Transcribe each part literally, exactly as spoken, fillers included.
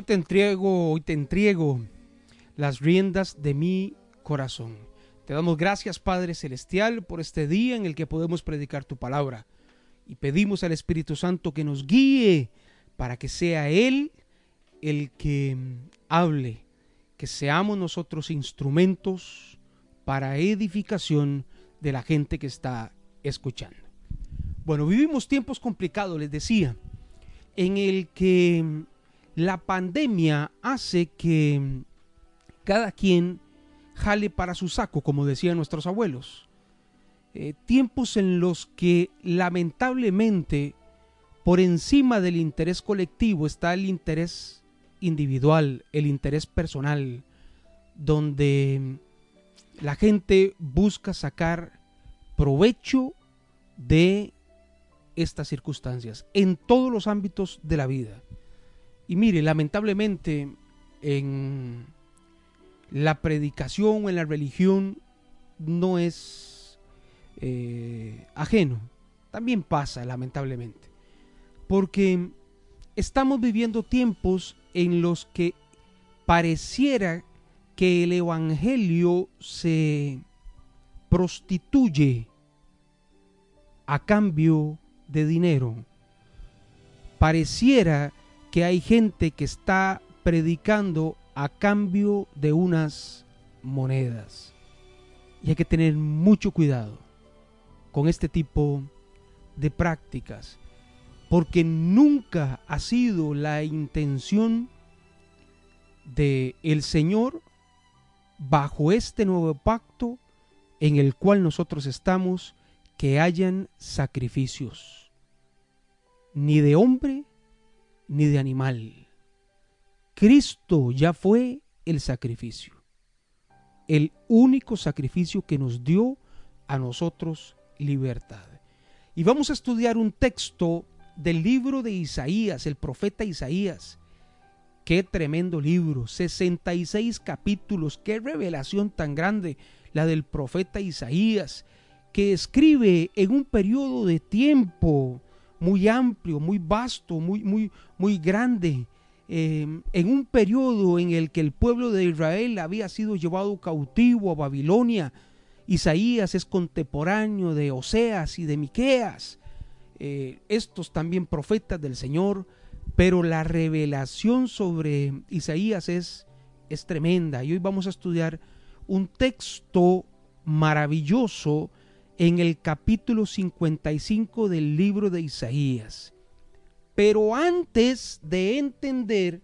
Hoy te entrego, hoy te entrego las riendas de mi corazón. Te damos gracias, Padre Celestial, por este día en el que podemos predicar tu palabra. Y pedimos al Espíritu Santo que nos guíe para que sea Él el que hable, que seamos nosotros instrumentos para edificación de la gente que está escuchando. Bueno, vivimos tiempos complicados, les decía, en el que la pandemia hace que cada quien jale para su saco, como decían nuestros abuelos. Eh, tiempos en los que lamentablemente por encima del interés colectivo está el interés individual, el interés personal, donde la gente busca sacar provecho de estas circunstancias en todos los ámbitos de la vida. Y mire, lamentablemente en la predicación o en la religión no es eh, ajeno. También pasa, lamentablemente. Porque estamos viviendo tiempos en los que pareciera que el evangelio se prostituye a cambio de dinero. Pareciera que hay gente que está predicando a cambio de unas monedas. Y hay que tener mucho cuidado con este tipo de prácticas, porque nunca ha sido la intención de el Señor bajo este nuevo pacto en el cual nosotros estamos, que hayan sacrificios, ni de hombre ni de animal. Cristo ya fue el sacrificio, el único sacrificio que nos dio a nosotros libertad. Y vamos a estudiar un texto del libro de Isaías, el profeta Isaías. Qué tremendo libro, sesenta y seis capítulos, qué revelación tan grande la del profeta Isaías, que escribe en un periodo de tiempo muy amplio, muy vasto, muy, muy, muy grande, eh, en un periodo en el que el pueblo de Israel había sido llevado cautivo a Babilonia. Isaías es contemporáneo de Oseas y de Miqueas, eh, estos también profetas del Señor, pero la revelación sobre Isaías es, es tremenda. Y hoy vamos a estudiar un texto maravilloso en el capítulo cincuenta y cinco del libro de Isaías. Pero antes de entender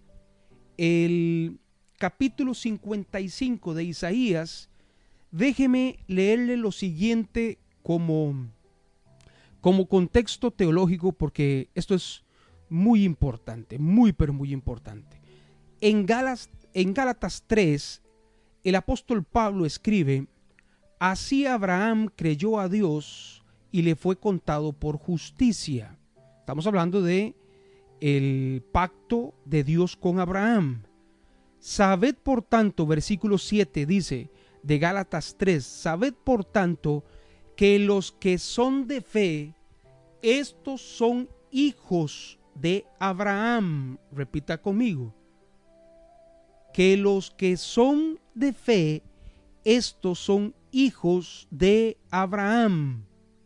el capítulo cincuenta y cinco de Isaías, déjeme leerle lo siguiente como, como contexto teológico, porque esto es muy importante, muy pero muy importante. En Gálatas, en Gálatas tres, el apóstol Pablo escribe: así Abraham creyó a Dios y le fue contado por justicia. Estamos hablando de el pacto de Dios con Abraham. Sabed por tanto, versículo siete dice de Gálatas tres, sabed por tanto que los que son de fe, estos son hijos de Abraham. Repita conmigo. Que los que son de fe, estos son hijos de Abraham.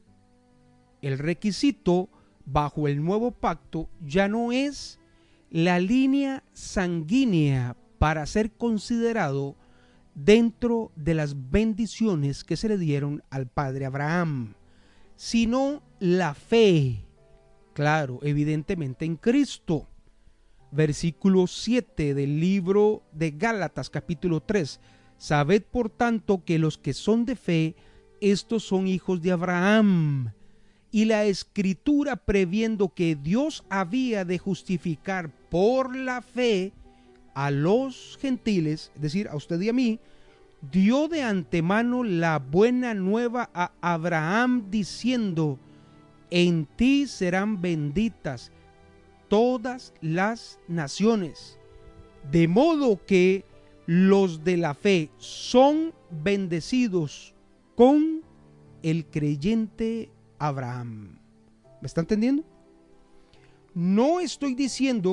El requisito bajo el nuevo pacto ya no es la línea sanguínea para ser considerado dentro de las bendiciones que se le dieron al padre Abraham, sino la fe, claro, evidentemente en Cristo. Versículo siete del libro de Gálatas capítulo tres. Sabed por tanto que los que son de fe, estos son hijos de Abraham. Y la Escritura, previendo que Dios había de justificar por la fe a los gentiles, es decir, a usted y a mí, dio de antemano la buena nueva a Abraham diciendo: en ti serán benditas todas las naciones. De modo que los de la fe son bendecidos con el creyente Abraham. ¿Me está entendiendo? No estoy diciendo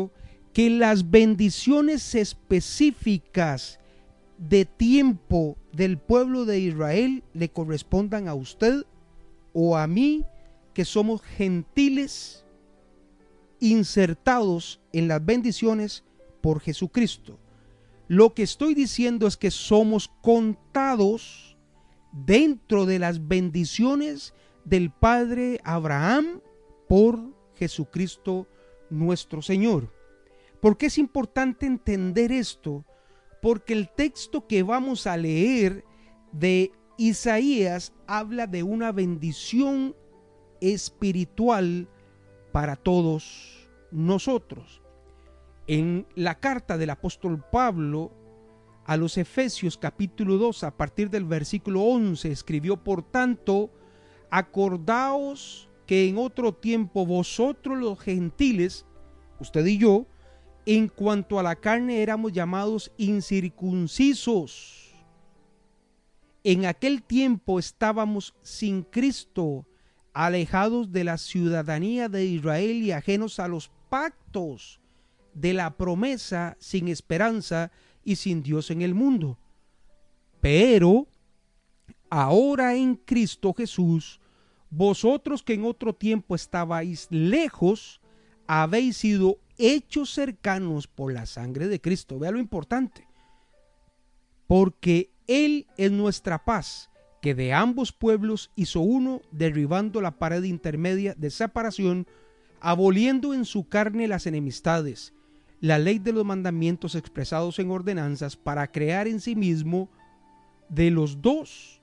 que las bendiciones específicas de tiempo del pueblo de Israel le correspondan a usted o a mí, que somos gentiles insertados en las bendiciones por Jesucristo. Lo que estoy diciendo es que somos contados dentro de las bendiciones del Padre Abraham por Jesucristo nuestro Señor. ¿Por qué es importante entender esto? Porque el texto que vamos a leer de Isaías habla de una bendición espiritual para todos nosotros. En la carta del apóstol Pablo a los Efesios capítulo dos, a partir del versículo once, escribió: por tanto, acordaos que en otro tiempo vosotros los gentiles, usted y yo, en cuanto a la carne éramos llamados incircuncisos. En aquel tiempo estábamos sin Cristo, alejados de la ciudadanía de Israel y ajenos a los pactos de la promesa, sin esperanza y sin Dios en el mundo. Pero ahora en Cristo Jesús, vosotros que en otro tiempo estabais lejos, habéis sido hechos cercanos por la sangre de Cristo. Vea lo importante. Porque Él es nuestra paz, que de ambos pueblos hizo uno, derribando la pared intermedia de separación, aboliendo en su carne las enemistades, la ley de los mandamientos expresados en ordenanzas, para crear en sí mismo de los dos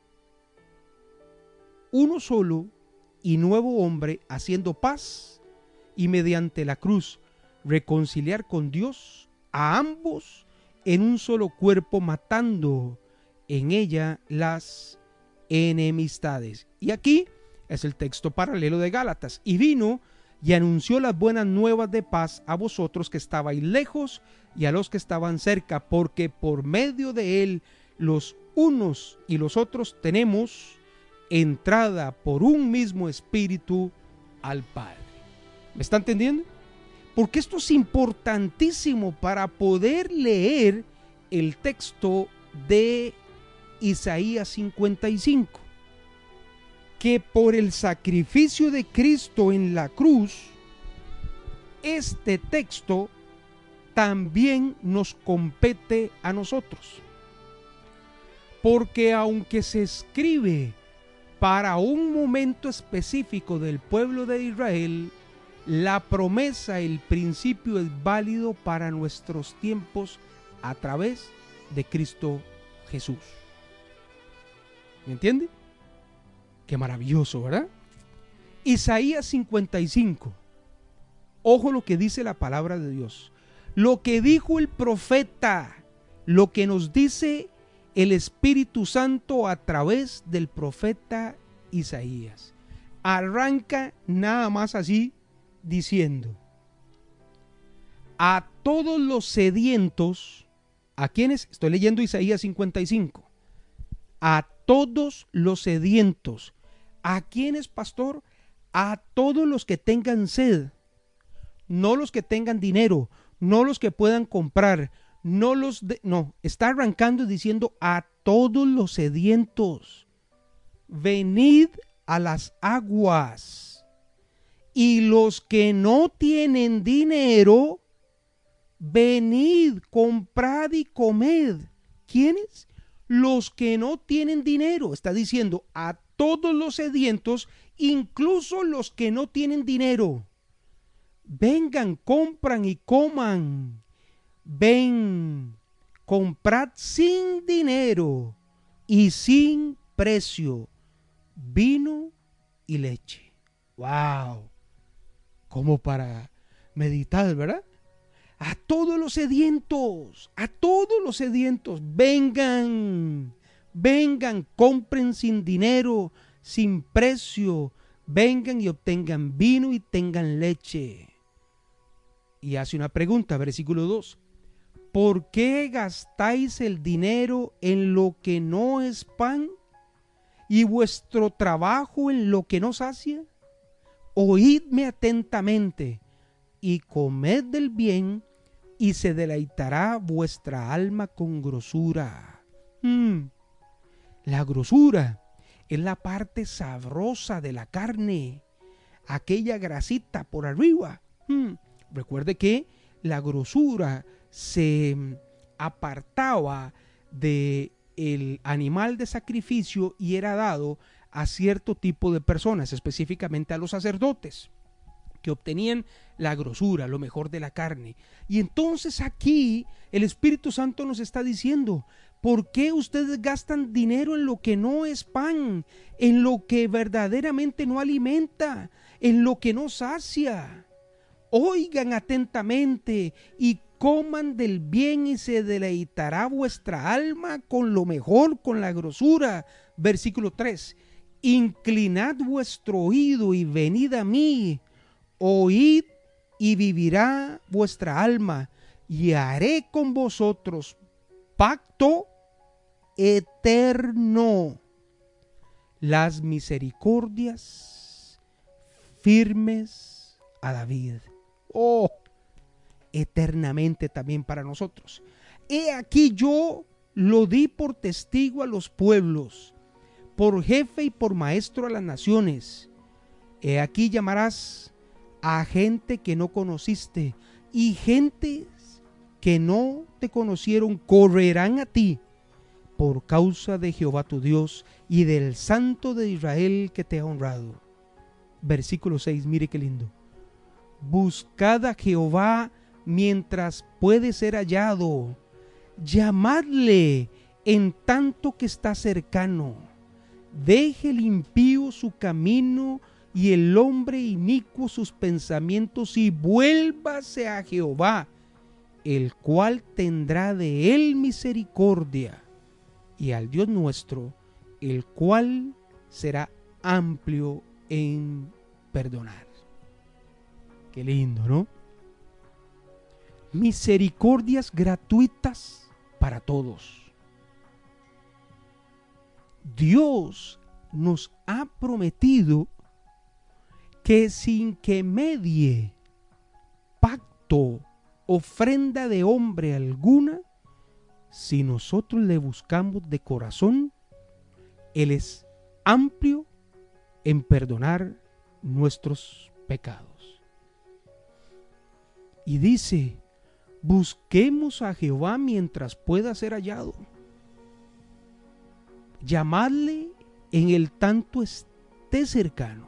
uno solo y nuevo hombre, haciendo paz, y mediante la cruz reconciliar con Dios a ambos en un solo cuerpo, matando en ella las enemistades. Y aquí es el texto paralelo de Gálatas: y vino y anunció las buenas nuevas de paz a vosotros que estabais lejos y a los que estaban cerca, porque por medio de él los unos y los otros tenemos entrada por un mismo espíritu al Padre. ¿Me está entendiendo? Porque esto es importantísimo para poder leer el texto de Isaías cincuenta y cinco. Que por el sacrificio de Cristo en la cruz, este texto también nos compete a nosotros. Porque aunque se escribe para un momento específico del pueblo de Israel, la promesa, el principio es válido para nuestros tiempos a través de Cristo Jesús. ¿Me entiende? Qué maravilloso, ¿verdad? Isaías cincuenta y cinco. Ojo lo que dice la palabra de Dios. Lo que dijo el profeta, lo que nos dice el Espíritu Santo a través del profeta Isaías. Arranca nada más así diciendo: a todos los sedientos, ¿a quiénes? Estoy leyendo Isaías cincuenta y cinco. A todos los sedientos. ¿A quiénes, pastor? A todos los que tengan sed. No los que tengan dinero, no los que puedan comprar, no los de, no, está arrancando diciendo a todos los sedientos. Venid a las aguas. Y los que no tienen dinero, venid, comprad y comed. ¿Quiénes? Los que no tienen dinero. Está diciendo a todos los sedientos, incluso los que no tienen dinero. Vengan, compran y coman. Ven, comprad sin dinero y sin precio vino y leche. ¡Wow! Como para meditar, ¿verdad? A todos los sedientos, a todos los sedientos, vengan, vengan, compren sin dinero, sin precio, vengan y obtengan vino y tengan leche. Y hace una pregunta, versículo dos. ¿Por qué gastáis el dinero en lo que no es pan y vuestro trabajo en lo que no sacia? Oídme atentamente y comed del bien, y se deleitará vuestra alma con grosura. Mm. La grosura es la parte sabrosa de la carne, aquella grasita por arriba. Mm. Recuerde que la grosura se apartaba de el animal de sacrificio y era dado a cierto tipo de personas, específicamente a los sacerdotes, que obtenían la grosura, lo mejor de la carne. Y entonces aquí el Espíritu Santo nos está diciendo: ¿por qué ustedes gastan dinero en lo que no es pan, en lo que verdaderamente no alimenta, en lo que no sacia? Oigan atentamente y coman del bien, y se deleitará vuestra alma con lo mejor, con la grosura. Versículo tres. Inclinad vuestro oído y venid a mí, oíd y vivirá vuestra alma, y haré con vosotros pacto eterno, las misericordias firmes a David. Oh, eternamente también para nosotros. He aquí yo lo di por testigo a los pueblos, por jefe y por maestro a las naciones. He aquí llamarás a gente que no conociste, y gentes que no te conocieron correrán a ti por causa de Jehová tu Dios y del Santo de Israel que te ha honrado. Versículo seis, mire qué lindo. Buscad a Jehová mientras puede ser hallado, llamadle en tanto que está cercano. Deje el impío su camino y el hombre inicuo sus pensamientos, y vuélvase a Jehová, el cual tendrá de él misericordia, y al Dios nuestro, el cual será amplio en perdonar. Qué lindo, ¿no? Misericordias gratuitas para todos. Dios nos ha prometido que sin que medie pacto, ofrenda de hombre alguna, si nosotros le buscamos de corazón, Él es amplio en perdonar nuestros pecados. Y dice: busquemos a Jehová mientras pueda ser hallado. Llamadle en el tanto esté cercano.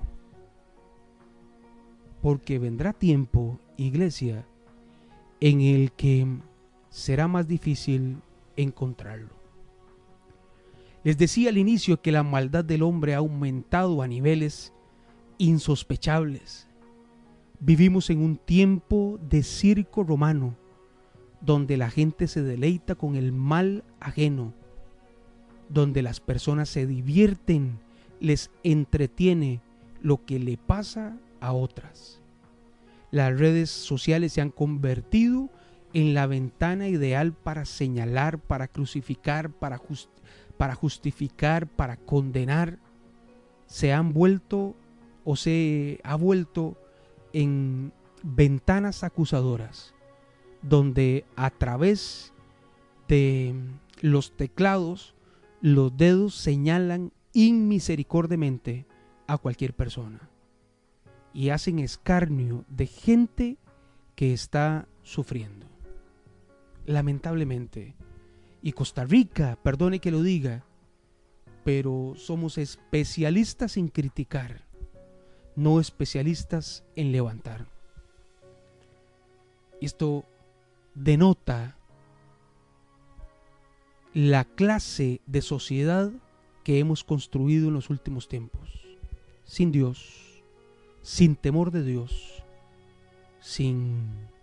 Porque vendrá tiempo, iglesia, en el que será más difícil encontrarlo. Les decía al inicio que la maldad del hombre ha aumentado a niveles insospechables. Vivimos en un tiempo de circo romano, donde la gente se deleita con el mal ajeno, donde las personas se divierten, les entretiene lo que le pasa a otras. Las redes sociales se han convertido en la ventana ideal para señalar, para crucificar, para, just, para justificar, para condenar. Se han vuelto o se ha vuelto en ventanas acusadoras, donde a través de los teclados los dedos señalan inmisericordiamente a cualquier persona y hacen escarnio de gente que está sufriendo. Lamentablemente, y Costa Rica, perdone que lo diga, pero somos especialistas en criticar, no especialistas en levantar. Esto denota la clase de sociedad que hemos construido en los últimos tiempos, sin Dios, sin temor de Dios, sin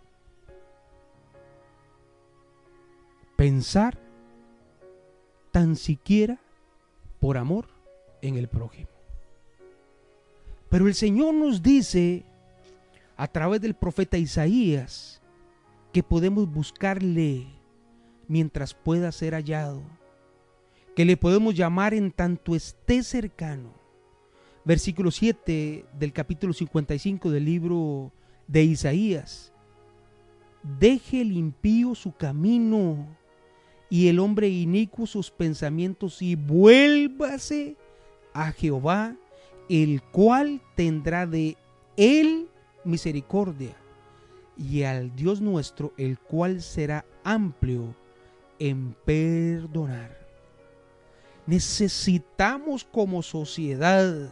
pensar tan siquiera por amor en el prójimo. Pero el Señor nos dice a través del profeta Isaías que podemos buscarle mientras pueda ser hallado, que le podemos llamar en tanto esté cercano. Versículo siete del capítulo cincuenta y cinco del libro de Isaías: deje el impío su camino y el hombre inicuo sus pensamientos, y vuélvase a Jehová, el cual tendrá de él misericordia, y al Dios nuestro, el cual será amplio en perdonar. Necesitamos como sociedad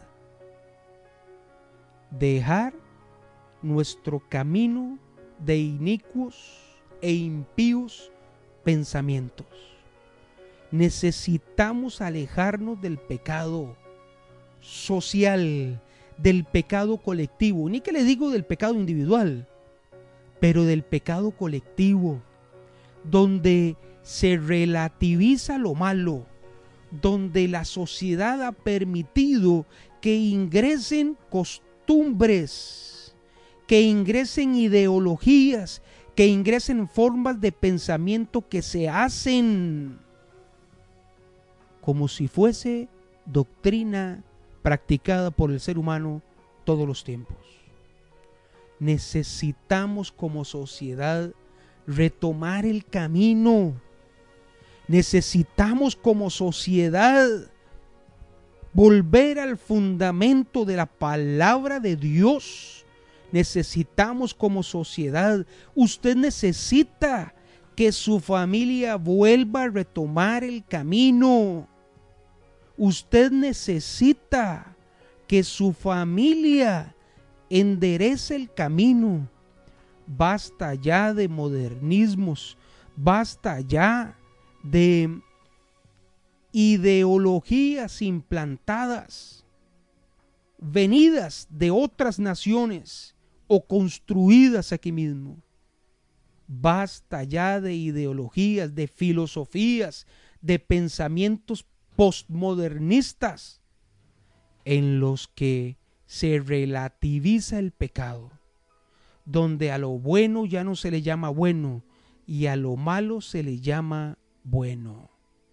dejar nuestro camino de inicuos e impíos pensamientos. Necesitamos alejarnos del pecado social, del pecado colectivo, ni que le digo del pecado individual, pero del pecado colectivo, donde se relativiza lo malo, donde la sociedad ha permitido que ingresen costumbres, que ingresen ideologías, que ingresen formas de pensamiento que se hacen como si fuese doctrina practicada por el ser humano todos los tiempos. Necesitamos como sociedad retomar el camino. Necesitamos como sociedad volver al fundamento de la palabra de Dios. Necesitamos como sociedad, usted necesita que su familia vuelva a retomar el camino. Usted necesita que su familia enderece el camino. Basta ya de modernismos, basta ya de ideologías implantadas, venidas de otras naciones o construidas aquí mismo. Basta ya de ideologías, de filosofías, de pensamientos postmodernistas en los que se relativiza el pecado, donde a lo bueno ya no se le llama bueno y a lo malo se le llama bueno.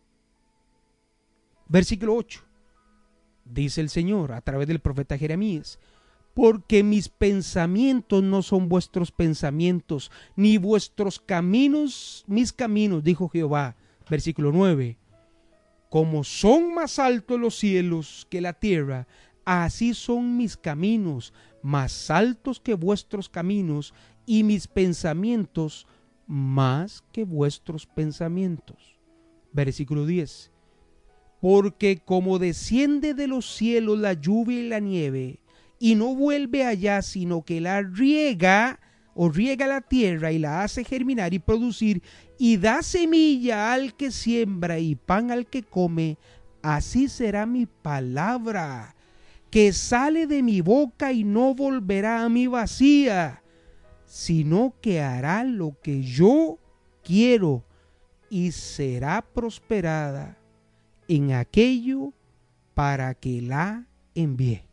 Versículo ocho. Dice el Señor a través del profeta Jeremías: porque mis pensamientos no son vuestros pensamientos, ni vuestros caminos mis caminos, dijo Jehová. Versículo nueve. Como son más altos los cielos que la tierra, así son mis caminos, más altos que vuestros caminos, y mis pensamientos más que vuestros pensamientos. Versículo diez. Porque como desciende de los cielos la lluvia y la nieve, y no vuelve allá, sino que la riega o riega la tierra y la hace germinar y producir, y da semilla al que siembra y pan al que come, así será mi palabra que sale de mi boca, y no volverá a mí vacía, sino que hará lo que yo quiero, y será prosperada en aquello para que la envíe.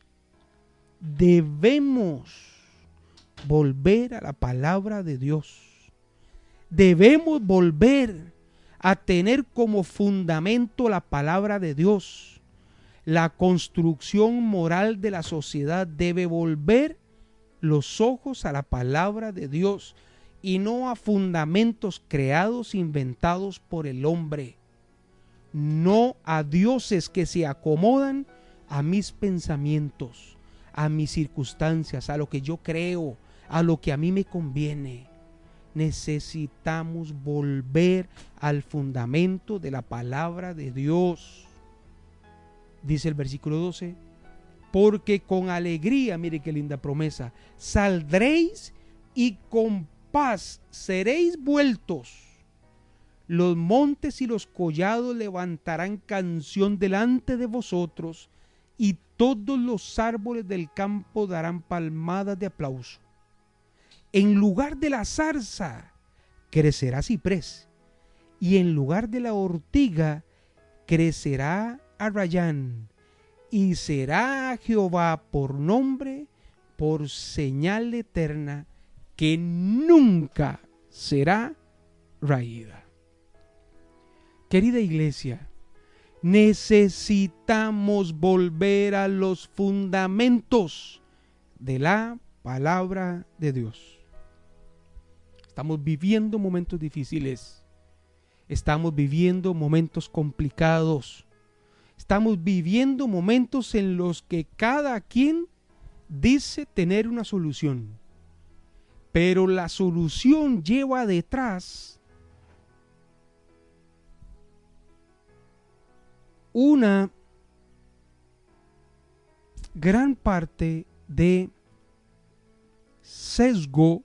Debemos volver a la palabra de Dios. Debemos volver a tener como fundamento la palabra de Dios. La construcción moral de la sociedad debe volver los ojos a la palabra de Dios y no a fundamentos creados, inventados por el hombre. No a dioses que se acomodan a mis pensamientos, a mis circunstancias, a lo que yo creo, a lo que a mí me conviene. Necesitamos volver al fundamento de la palabra de Dios. Dice el versículo doce: porque con alegría, mire qué linda promesa, saldréis y con paz seréis vueltos. Los montes y los collados levantarán canción delante de vosotros, y todos los árboles del campo darán palmadas de aplauso. En lugar de la zarza crecerá ciprés, y en lugar de la ortiga crecerá arrayán, y será Jehová por nombre, por señal eterna, que nunca será raída. Querida iglesia, necesitamos volver a los fundamentos de la palabra de Dios. Estamos viviendo momentos difíciles. Estamos viviendo momentos complicados. Estamos viviendo momentos en los que cada quien dice tener una solución. Pero la solución lleva detrás una gran parte de sesgo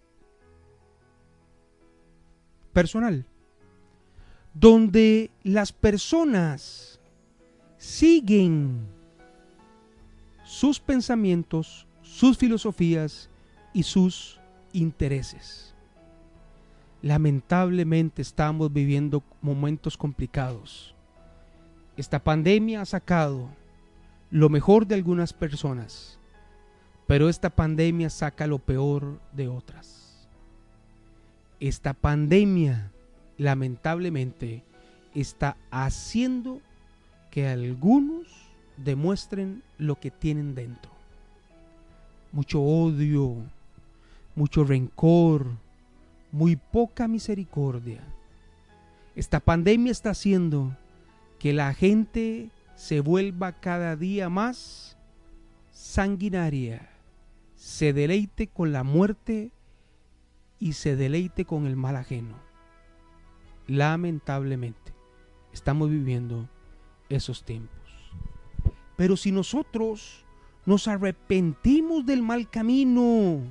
personal, donde las personas siguen sus pensamientos, sus filosofías y sus intereses. Lamentablemente estamos viviendo momentos complicados. Esta pandemia ha sacado lo mejor de algunas personas, pero esta pandemia saca lo peor de otras. Esta pandemia, lamentablemente, está haciendo que algunos demuestren lo que tienen dentro. Mucho odio, mucho rencor, muy poca misericordia. Esta pandemia está haciendo que la gente se vuelva cada día más sanguinaria, se deleite con la muerte y se deleite con el mal ajeno. Lamentablemente, estamos viviendo esos tiempos. Pero si nosotros nos arrepentimos del mal camino,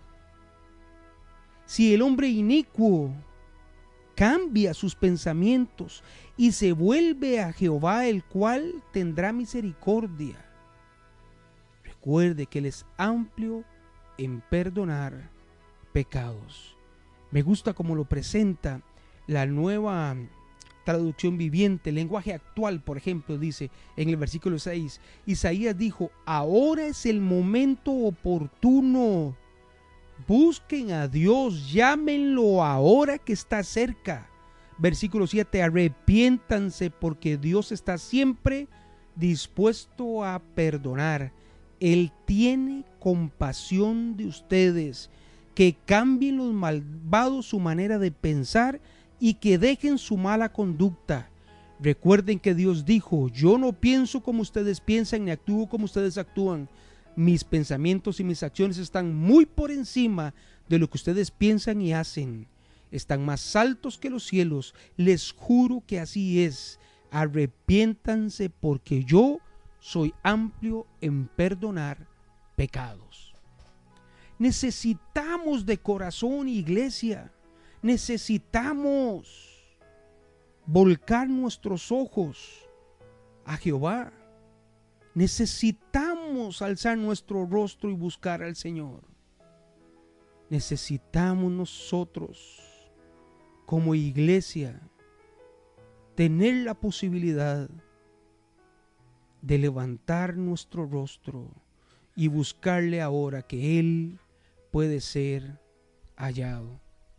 si el hombre inicuo cambia sus pensamientos y se vuelve a Jehová, el cual tendrá misericordia, recuerde que Él es amplio en perdonar pecados. Me gusta como lo presenta la nueva traducción viviente, lenguaje actual, por ejemplo, dice en el versículo seis, Isaías dijo: ahora es el momento oportuno, busquen a Dios, llámenlo ahora que está cerca. Versículo siete, arrepiéntanse porque Dios está siempre dispuesto a perdonar. Él tiene compasión de ustedes, que cambien los malvados su manera de pensar y que dejen su mala conducta. Recuerden que Dios dijo: yo no pienso como ustedes piensan ni actúo como ustedes actúan. Mis pensamientos y mis acciones están muy por encima de lo que ustedes piensan y hacen. Están más altos que los cielos. Les juro que así es. Arrepiéntanse porque yo soy amplio en perdonar pecados. Necesitamos de corazón, iglesia. Necesitamos volcar nuestros ojos a Jehová. Necesitamos alzar nuestro rostro y buscar al Señor. Necesitamos nosotros, como iglesia, tener la posibilidad de levantar nuestro rostro y buscarle ahora que Él puede ser hallado.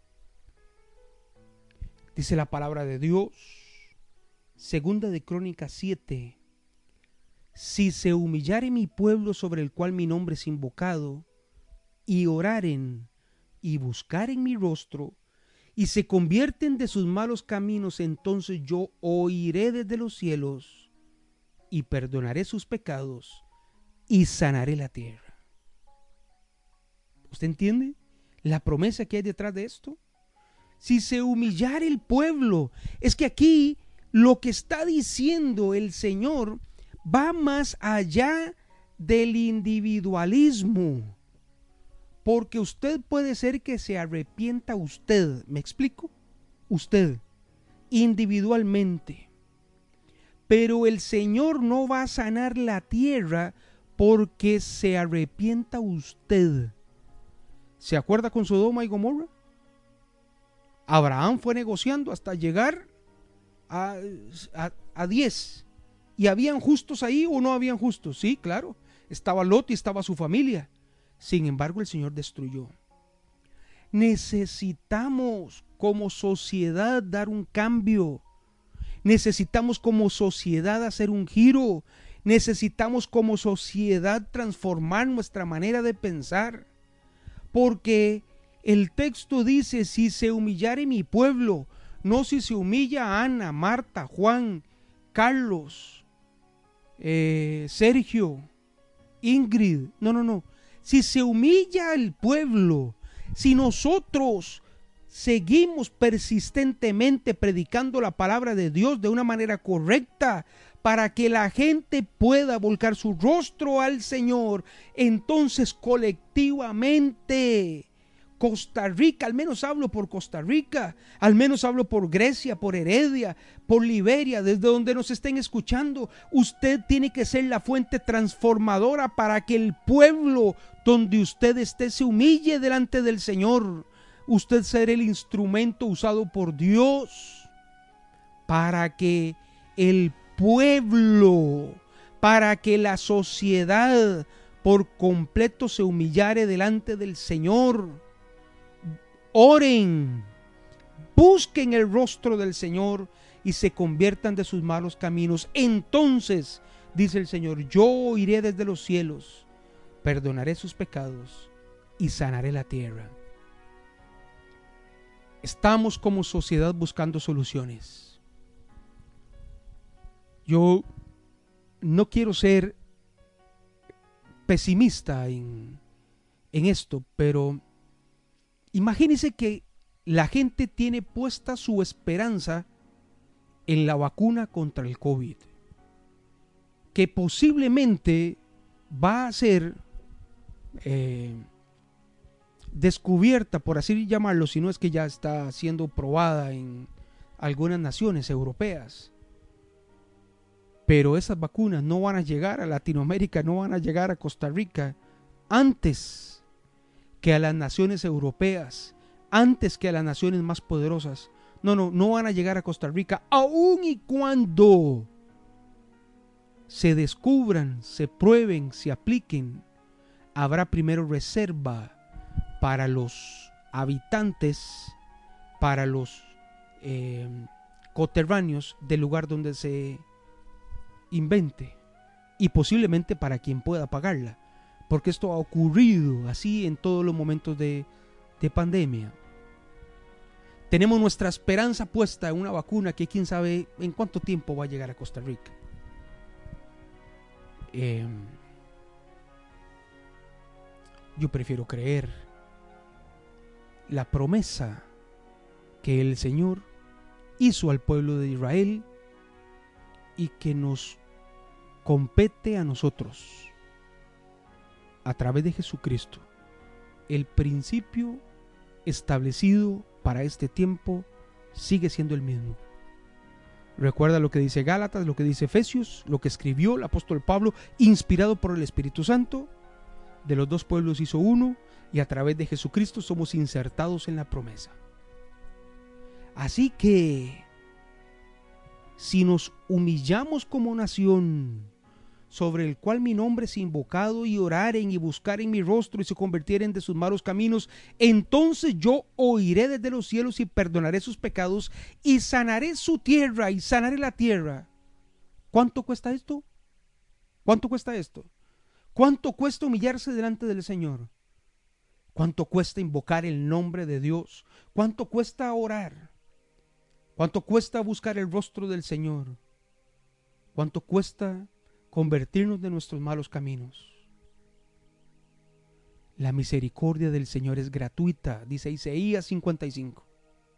Dice la palabra de Dios, segunda de Crónicas siete, si se humillare mi pueblo sobre el cual mi nombre es invocado, y oraren y buscaren mi rostro, y se convierten de sus malos caminos, entonces yo oiré desde los cielos, y perdonaré sus pecados, y sanaré la tierra. ¿Usted entiende la promesa que hay detrás de esto? Si se humillare el pueblo, es que aquí lo que está diciendo el Señor va más allá del individualismo, porque usted puede ser que se arrepienta usted, ¿me explico? Usted, individualmente, pero el Señor no va a sanar la tierra porque se arrepienta usted. ¿Se acuerda con Sodoma y Gomorra? Abraham fue negociando hasta llegar a, a, a diez. ¿Y habían justos ahí o no habían justos? Sí, claro. Estaba Lot y estaba su familia. Sin embargo, el Señor destruyó. Necesitamos como sociedad dar un cambio. Necesitamos como sociedad hacer un giro. Necesitamos como sociedad transformar nuestra manera de pensar. porque el texto dice, si se humillare mi pueblo, no si se humilla Ana, Marta, Juan, Carlos, eh, Sergio, Ingrid, no, no, no, si se humilla el pueblo, si nosotros seguimos persistentemente predicando la palabra de Dios de una manera correcta para que la gente pueda volcar su rostro al Señor, entonces colectivamente Costa Rica, al menos hablo por Costa Rica, al menos hablo por Grecia, por Heredia, por Liberia, desde donde nos estén escuchando, usted tiene que ser la fuente transformadora para que el pueblo donde usted esté se humille delante del Señor. Usted será el instrumento usado por Dios para que el pueblo, para que la sociedad por completo se humillare delante del Señor. Oren, busquen el rostro del Señor y se conviertan de sus malos caminos. Entonces, dice el Señor, yo oiré desde los cielos, perdonaré sus pecados y sanaré la tierra. Estamos como sociedad buscando soluciones. Yo no quiero ser pesimista en, en esto, pero imagínense que la gente tiene puesta su esperanza en la vacuna contra el COVID, que posiblemente va a ser eh, descubierta, por así llamarlo, si no es que ya está siendo probada en algunas naciones europeas. Pero esas vacunas no van a llegar a Latinoamérica, no van a llegar a Costa Rica antes que a las naciones europeas, antes que a las naciones más poderosas. No, no, no van a llegar a Costa Rica, aun y cuando se descubran, se prueben, se apliquen. Habrá primero reserva para los habitantes, para los eh, coterráneos del lugar donde se invente, y posiblemente para quien pueda pagarla, porque esto ha ocurrido así en todos los momentos de, de pandemia. Tenemos nuestra esperanza puesta en una vacuna que quién sabe en cuánto tiempo va a llegar a Costa Rica. Eh, yo prefiero creer la promesa que el Señor hizo al pueblo de Israel y que nos compete a nosotros a través de Jesucristo. El principio establecido para este tiempo sigue siendo el mismo. Recuerda lo que dice Gálatas, lo que dice Efesios, lo que escribió el apóstol Pablo, inspirado por el Espíritu Santo. De los dos pueblos hizo uno, y a través de Jesucristo somos insertados en la promesa. Así que si nos humillamos como nación, sobre el cual mi nombre es invocado, y oraren y buscaren mi rostro y se convirtieren de sus malos caminos, entonces yo oiré desde los cielos y perdonaré sus pecados y sanaré su tierra y sanaré la tierra. ¿Cuánto cuesta esto? ¿Cuánto cuesta esto? ¿Cuánto cuesta humillarse delante del Señor? ¿Cuánto cuesta invocar el nombre de Dios? ¿Cuánto cuesta orar? ¿Cuánto cuesta buscar el rostro del Señor? ¿Cuánto cuesta convertirnos de nuestros malos caminos? La misericordia del Señor es gratuita, dice Isaías cincuenta y cinco.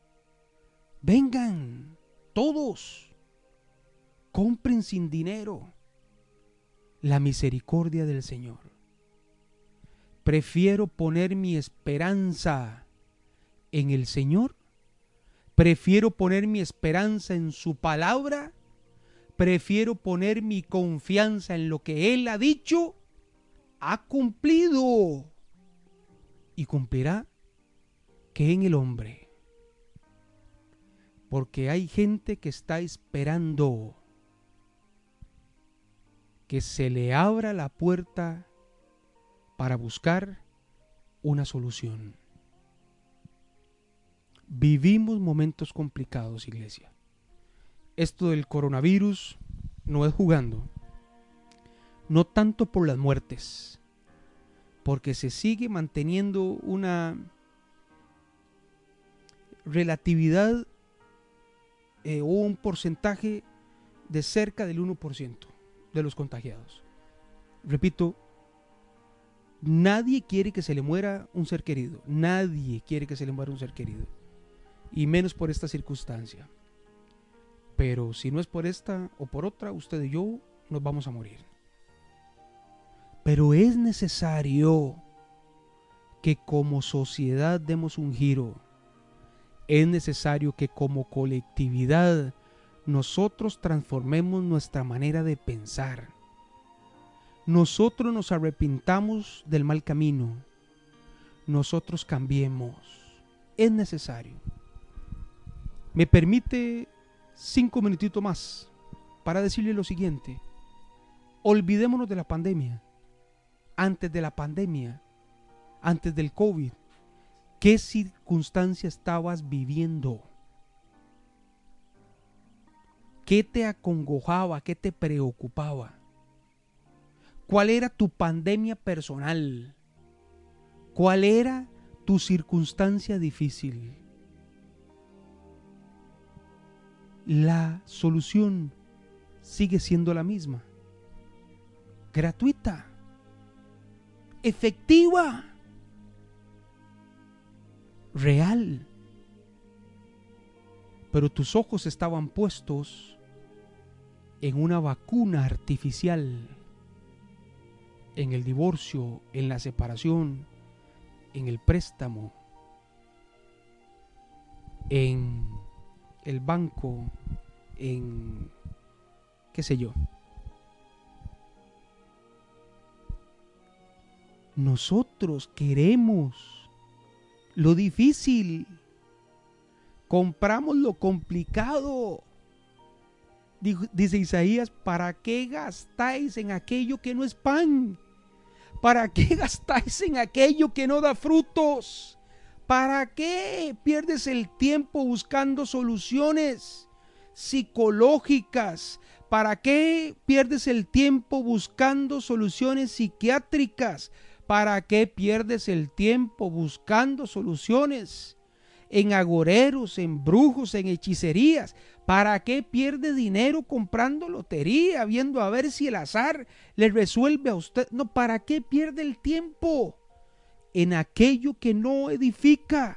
Vengan todos, compren sin dinero la misericordia del Señor. Prefiero poner mi esperanza en el Señor. Prefiero poner mi esperanza en su palabra. Prefiero poner mi confianza en lo que Él ha dicho, ha cumplido y cumplirá, que en el hombre. Porque hay gente que está esperando que se le abra la puerta para buscar una solución. Vivimos momentos complicados, iglesia. Esto del coronavirus no es jugando. No tanto por las muertes, porque se sigue manteniendo una relatividad eh, o un porcentaje de cerca del uno por ciento de los contagiados. Repito, nadie quiere que se le muera un ser querido, nadie quiere que se le muera un ser querido, y menos por esta circunstancia. Pero si no es por esta o por otra, usted y yo nos vamos a morir. Pero es necesario que como sociedad demos un giro. Es necesario que como colectividad nosotros transformemos nuestra manera de pensar. Nosotros nos arrepintamos del mal camino. Nosotros cambiemos. Es necesario. Me permite cinco minutitos más para decirle lo siguiente. Olvidémonos de la pandemia. Antes de la pandemia, antes del COVID, ¿qué circunstancia estabas viviendo? ¿Qué te acongojaba? ¿Qué te preocupaba? ¿Cuál era tu pandemia personal? ¿Cuál era tu circunstancia difícil? La solución sigue siendo la misma. Gratuita. Efectiva. Real. Pero tus ojos estaban puestos en una vacuna artificial, en el divorcio, en la separación, en el préstamo, en el banco, en qué sé yo. Nosotros queremos lo difícil, compramos lo complicado. Dice Isaías, ¿para qué gastáis en aquello que no es pan? ¿Para qué gastáis en aquello que no da frutos? ¿Para qué pierdes el tiempo buscando soluciones psicológicas? ¿Para qué pierdes el tiempo buscando soluciones psiquiátricas? ¿Para qué pierdes el tiempo buscando soluciones en agoreros, en brujos, en hechicerías? ¿Para qué pierde dinero comprando lotería, viendo a ver si el azar le resuelve a usted? No, ¿para qué pierde el tiempo en aquello que no edifica?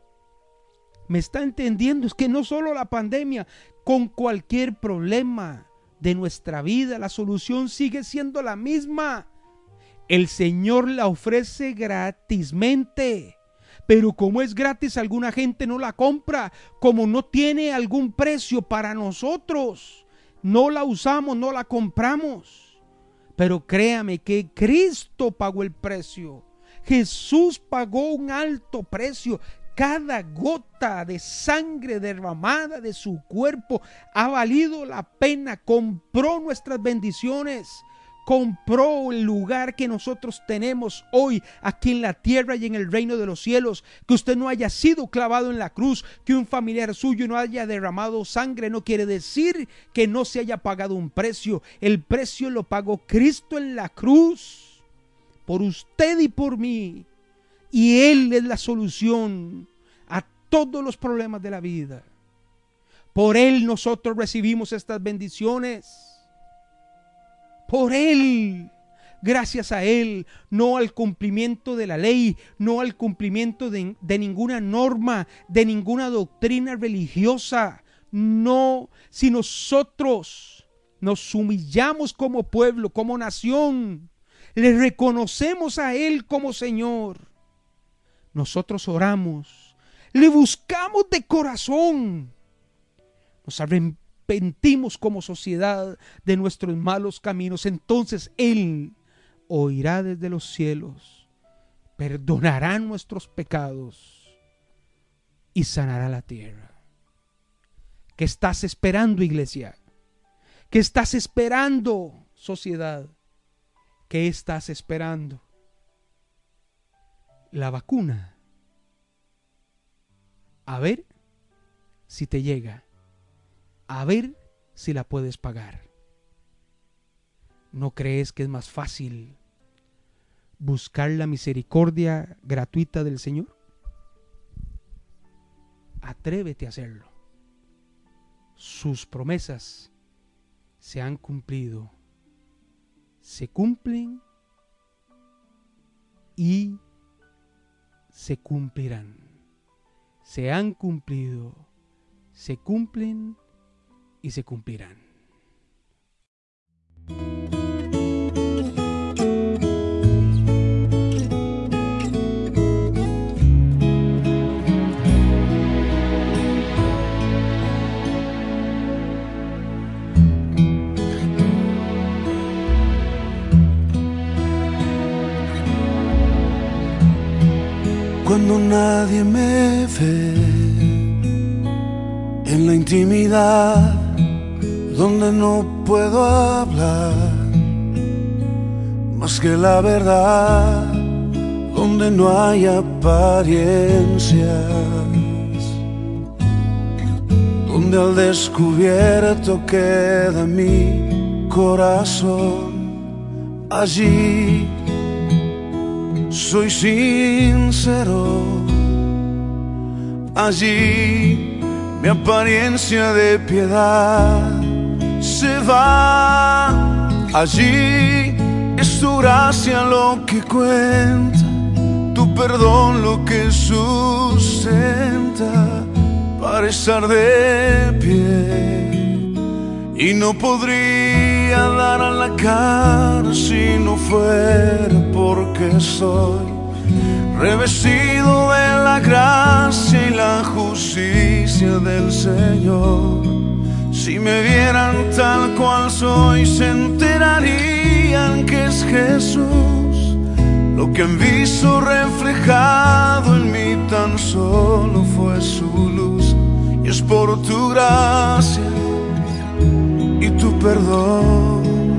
¿Me está entendiendo? Es que no solo la pandemia, con cualquier problema de nuestra vida, la solución sigue siendo la misma. El Señor la ofrece gratismente. Pero como es gratis, alguna gente no la compra. Como no tiene algún precio para nosotros, no la usamos, no la compramos. Pero créame que Cristo pagó el precio. Jesús pagó un alto precio. Cada gota de sangre derramada de su cuerpo ha valido la pena. Compró nuestras bendiciones. Compró el lugar que nosotros tenemos hoy aquí en la tierra y en el reino de los cielos. Que usted no haya sido clavado en la cruz, que un familiar suyo no haya derramado sangre, no quiere decir que no se haya pagado un precio. El precio lo pagó Cristo en la cruz por usted y por mí. Y Él es la solución a todos los problemas de la vida. Por Él nosotros recibimos estas bendiciones. Por Él, gracias a Él, no al cumplimiento de la ley, no al cumplimiento de, de ninguna norma, de ninguna doctrina religiosa. No, si nosotros nos humillamos como pueblo, como nación, le reconocemos a Él como Señor, nosotros oramos, le buscamos de corazón, nos arrepentimos como sociedad de nuestros malos caminos, entonces Él oirá desde los cielos, perdonará nuestros pecados y sanará la tierra. ¿Qué estás esperando, iglesia? ¿Qué estás esperando, sociedad? ¿Qué estás esperando? La vacuna. A ver si te llega. A ver si la puedes pagar. ¿No crees que es más fácil? buscar la misericordia gratuita del Señor? Atrévete a hacerlo. Sus promesas se han cumplido, se cumplen y se cumplirán. Se han cumplido, se cumplen y se cumplirán. Cuando nadie me ve en la intimidad, donde no puedo hablar más que la verdad, donde no hay apariencias, donde al descubierto queda mi corazón, allí soy sincero, allí mi apariencia de piedad se va, allí es tu gracia lo que cuenta, tu perdón lo que sustenta para estar de pie. Y no podría dar a la cara si no fuera porque soy revestido de la gracia y la justicia del Señor. Si me vieran tal cual soy, se enterarían que es Jesús. Lo que han visto reflejado en mí tan solo fue su luz. Y es por tu gracia y tu perdón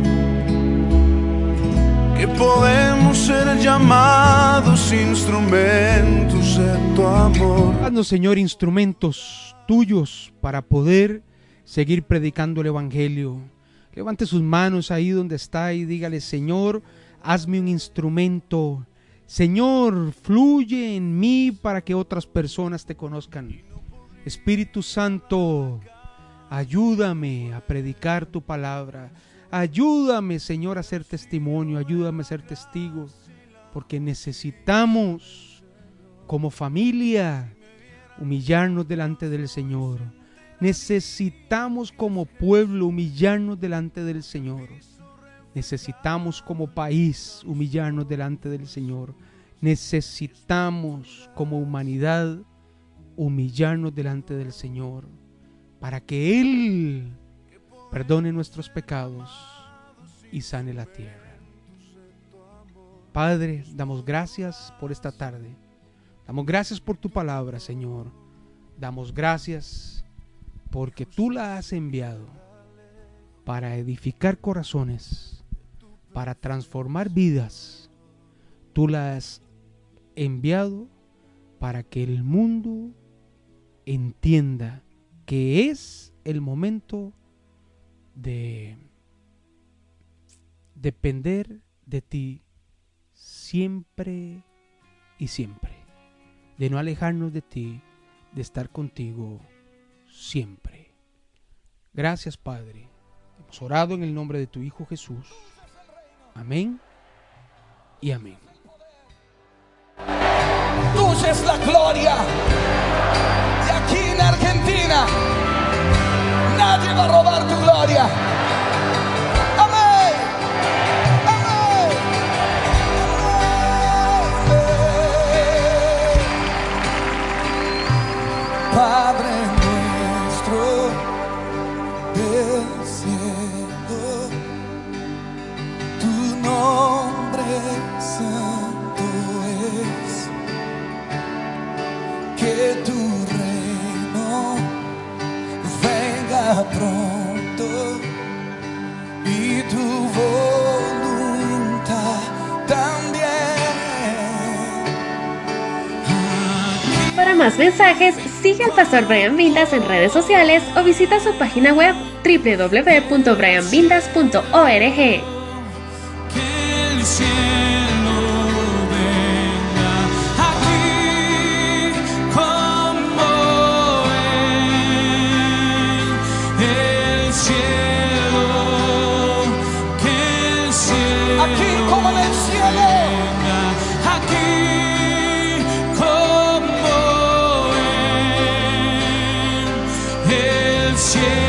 que podemos ser llamados instrumentos de tu amor. Haznos, Señor, instrumentos tuyos para poder seguir predicando el Evangelio. Levante sus manos ahí donde está y dígale: Señor, hazme un instrumento. Señor, fluye en mí para que otras personas te conozcan. Espíritu Santo, ayúdame a predicar tu palabra. Ayúdame, Señor, a ser testimonio. Ayúdame a ser testigo. Porque necesitamos, como familia, humillarnos delante del Señor. Necesitamos, como pueblo, humillarnos delante del Señor. Necesitamos, como país, humillarnos delante del Señor. Necesitamos, como humanidad, humillarnos delante del Señor, para que Él perdone nuestros pecados y sane la tierra. Padre, damos gracias por esta tarde. Damos gracias por tu palabra, Señor. Damos gracias porque tú la has enviado para edificar corazones, para transformar vidas. Tú la has enviado para que el mundo entienda que es el momento de depender de ti siempre y siempre, de no alejarnos de ti, de estar contigo siempre. Gracias, Padre. Hemos orado en el nombre de tu Hijo Jesús. Amén y amén. Tuya es la gloria. Y aquí en Argentina nadie va a robar tu gloria. Amén. Amén. Amén. Padre nuestro del cielo, tu nombre santo es. Que tu reino venga pronto y tu voluntad también. Para más mensajes, sigue al Pastor Brian Vindas en redes sociales o visita su página web doble u doble u doble u punto brian vindas punto org. Que el cielo cielo. Aquí como en el cielo.